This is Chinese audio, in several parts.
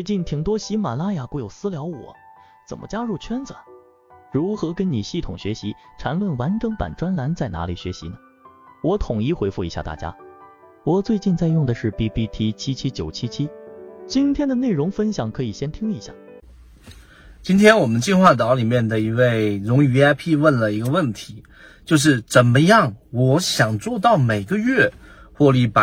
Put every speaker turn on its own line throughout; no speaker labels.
最近挺多喜马拉雅股友私聊我，怎么加入圈子？如何跟你系统学习？缠论完整版专栏在哪里学习呢？我统一回复一下大家。我最近在用的是 BBT77977，今天的内容分享可以先听一下。
今天我们进化岛里面的一位荣誉 VIP 问了一个问题，就是怎么样我想做到每个月获利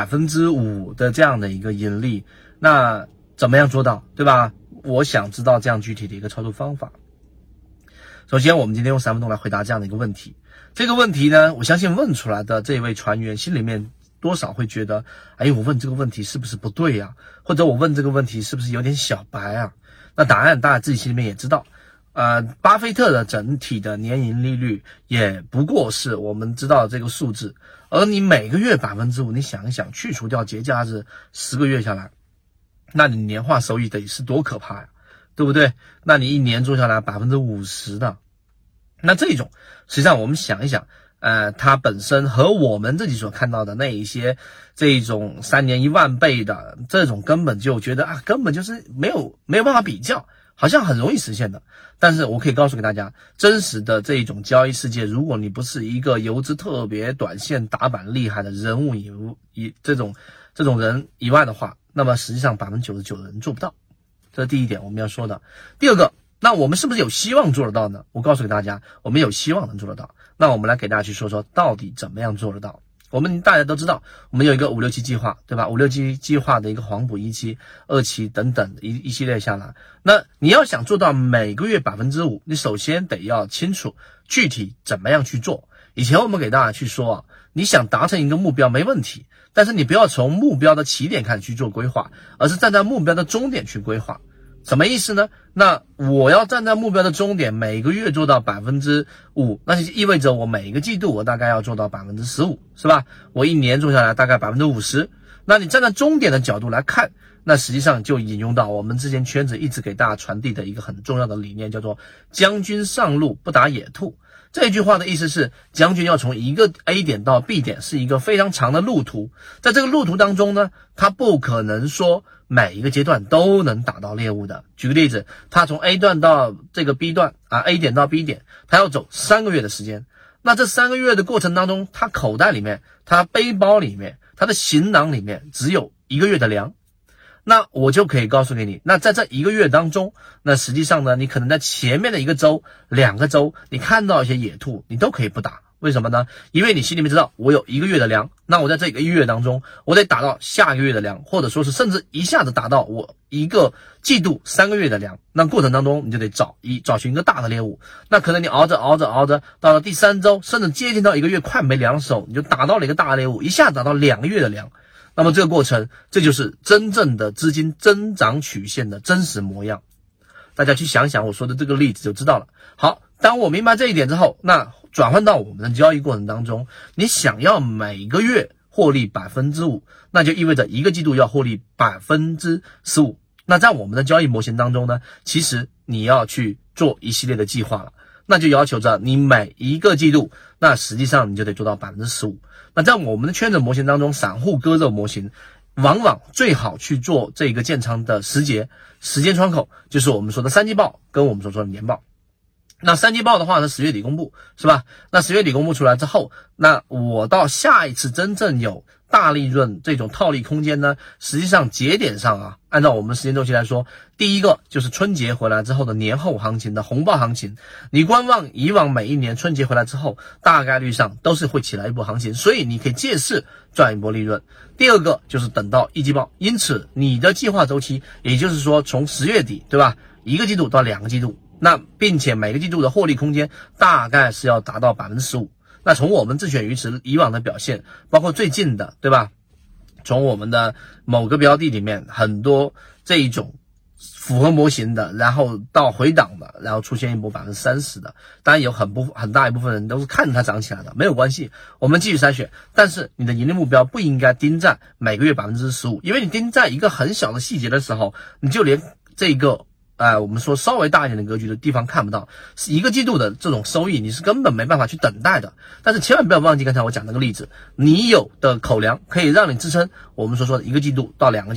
5% 的这样的一个盈利，那怎么样做到，对吧？我想知道这样具体的一个操作方法。首先我们今天用3分钟来回答这样的一个问题。这个问题呢，我相信问出来的这位船员心里面多少会觉得，我问这个问题是不是不对啊？或者我问这个问题是不是有点小白啊？那答案大家自己心里面也知道，巴菲特的整体的年盈利率也不过是我们知道这个数字，而你每个月 5%， 你想一想，去除掉节假日10个月下来，那你年化收益得是多可怕呀，对不对？那你一年做下来 50% 的，那这种实际上我们想一想，它本身和我们自己所看到的那一些这种3年1万倍的这种，根本就觉得根本就是没有办法比较，好像很容易实现的。但是我可以告诉给大家，真实的这种交易世界，如果你不是一个游资特别短线打板厉害的人物这种人以外的话，那么实际上 99% 的人做不到。这是第一点我们要说的。第二个，那我们是不是有希望做得到呢？我告诉给大家，我们有希望能做得到。那我们来给大家去说说到底怎么样做得到。大家都知道，我们有一个567计划，对吧？567计划的一个黄埔1期、2期等等一系列下来，那你要想做到每个月 5%， 你首先得要清楚具体怎么样去做。以前我们给大家去说你想达成一个目标没问题，但是你不要从目标的起点开始去做规划，而是站在目标的终点去规划。什么意思呢？那我要站在目标的终点，每个月做到 5%， 那就意味着我每个季度我大概要做到 15%， 是吧？我一年做下来大概 50%。那你站在终点的角度来看，那实际上就引用到我们之前圈子一直给大家传递的一个很重要的理念，叫做将军上路不打野兔。这句话的意思是，将军要从一个 A 点到 B 点是一个非常长的路途，在这个路途当中呢，他不可能说每一个阶段都能打到猎物的。举个例子，他从 A 段到这个 B 段A 点到 B 点，他要走3个月的时间。那这3个月的过程当中，他口袋里面、他背包里面、他的行囊里面只有1个月的粮。那我就可以告诉给你，那在这1个月当中，那实际上呢，你可能在前面的1个周、2个周，你看到一些野兔，你都可以不打。为什么呢？因为你心里面知道，我有1个月的粮，那我在这1个月当中，我得打到下个月的粮，或者说是甚至一下子打到我一个季度3个月的粮。那过程当中，你就得找寻一个大的猎物。那可能你熬着，到了第3周，甚至接近到1个月快没粮的时候，你就打到了一个大猎物，一下子打到2个月的粮。那么这个过程，这就是真正的资金增长曲线的真实模样。大家去想想我说的这个例子就知道了。好，当我明白这一点之后，那转换到我们的交易过程当中，你想要每个月获利 5%， 那就意味着1个季度要获利 15%。那在我们的交易模型当中呢，其实你要去做一系列的计划了，那就要求着你每一个季度，那实际上你就得做到 15%。那在我们的圈子模型当中，散户割肉模型往往最好去做这个建仓的时间窗口，就是我们说的3季报跟我们所说的年报。那3季报的话呢，10月底公布，是吧？那10月底公布出来之后，那我到下一次真正有大利润这种套利空间呢，实际上节点上按照我们时间周期来说，第一个就是春节回来之后的年后行情的红包行情。你观望以往每一年春节回来之后，大概率上都是会起来一波行情，所以你可以借势赚一波利润。第二个就是等到1季报，因此你的计划周期，也就是说从10月底，对吧？1个季度到2个季度。那并且每个季度的获利空间大概是要达到 15%。那从我们自选鱼池以往的表现，包括最近的，对吧？从我们的某个标的里面，很多这一种符合模型的，然后到回档的，然后出现一波 30% 的，当然有很大一部分人都是看着它涨起来的，没有关系，我们继续筛选。但是你的盈利目标不应该盯在每个月 15%， 因为你盯在一个很小的细节的时候，你就连这个我们说稍微大一点的格局的地方看不到，1个季度的这种收益你是根本没办法去等待的。但是千万不要忘记刚才我讲那个例子，你有的口粮可以让你支撑我们所说的1个季度到2个季度，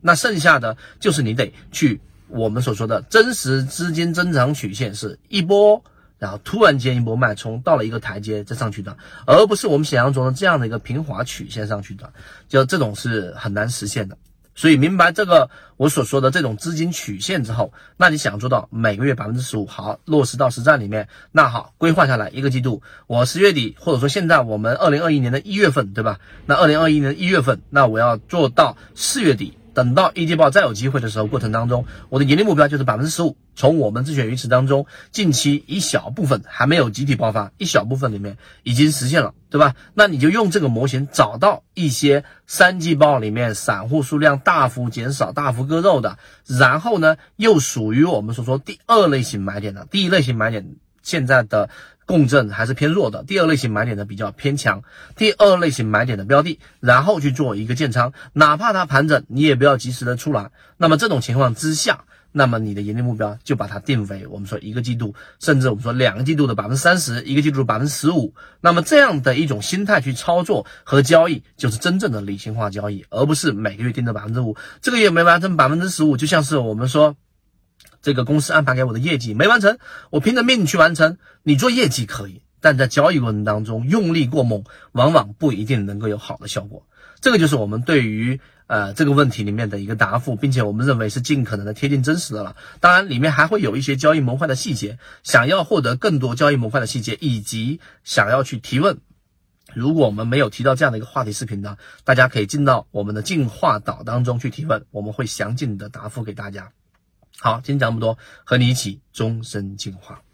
那剩下的就是你得去我们所说的真实资金增长曲线是一波，然后突然间一波脉冲到了一个台阶再上去的，而不是我们想象中的这样的一个平滑曲线上去的，就这种是很难实现的。所以明白这个我所说的这种资金曲线之后，那你想做到每个月 15%， 好，落实到实战里面，那好，规划下来一个季度，我10月底或者说现在我们2021年的1月份，对吧？那2021年的1月份，那我要做到4月底，等到一季报再有机会的时候，过程当中我的盈利目标就是 15%， 从我们自选鱼池当中近期一小部分还没有集体爆发，一小部分里面已经实现了，对吧？那你就用这个模型找到一些3季报里面散户数量大幅减少大幅割肉的，然后呢又属于我们所说第二类型买点的，第一类型买点现在的共振还是偏弱的，第二类型买点的比较偏强，第二类型买点的标的，然后去做一个建仓，哪怕它盘整你也不要及时的出来。那么这种情况之下，那么你的盈利目标就把它定为我们说一个季度，甚至我们说2个季度的 30%， 一个季度的 15%。那么这样的一种心态去操作和交易，就是真正的理性化交易，而不是每个月定的 5%， 这个月没完成 15%， 就像是我们说这个公司安排给我的业绩没完成，我拼了命去完成。你做业绩可以，但在交易过程当中用力过猛，往往不一定能够有好的效果。这个就是我们对于这个问题里面的一个答复，并且我们认为是尽可能的贴近真实的了。当然里面还会有一些交易模块的细节，想要获得更多交易模块的细节，以及想要去提问，如果我们没有提到这样的一个话题视频呢，大家可以进到我们的进化岛当中去提问，我们会详尽的答复给大家。好，今天讲这么多，和你一起终身进化。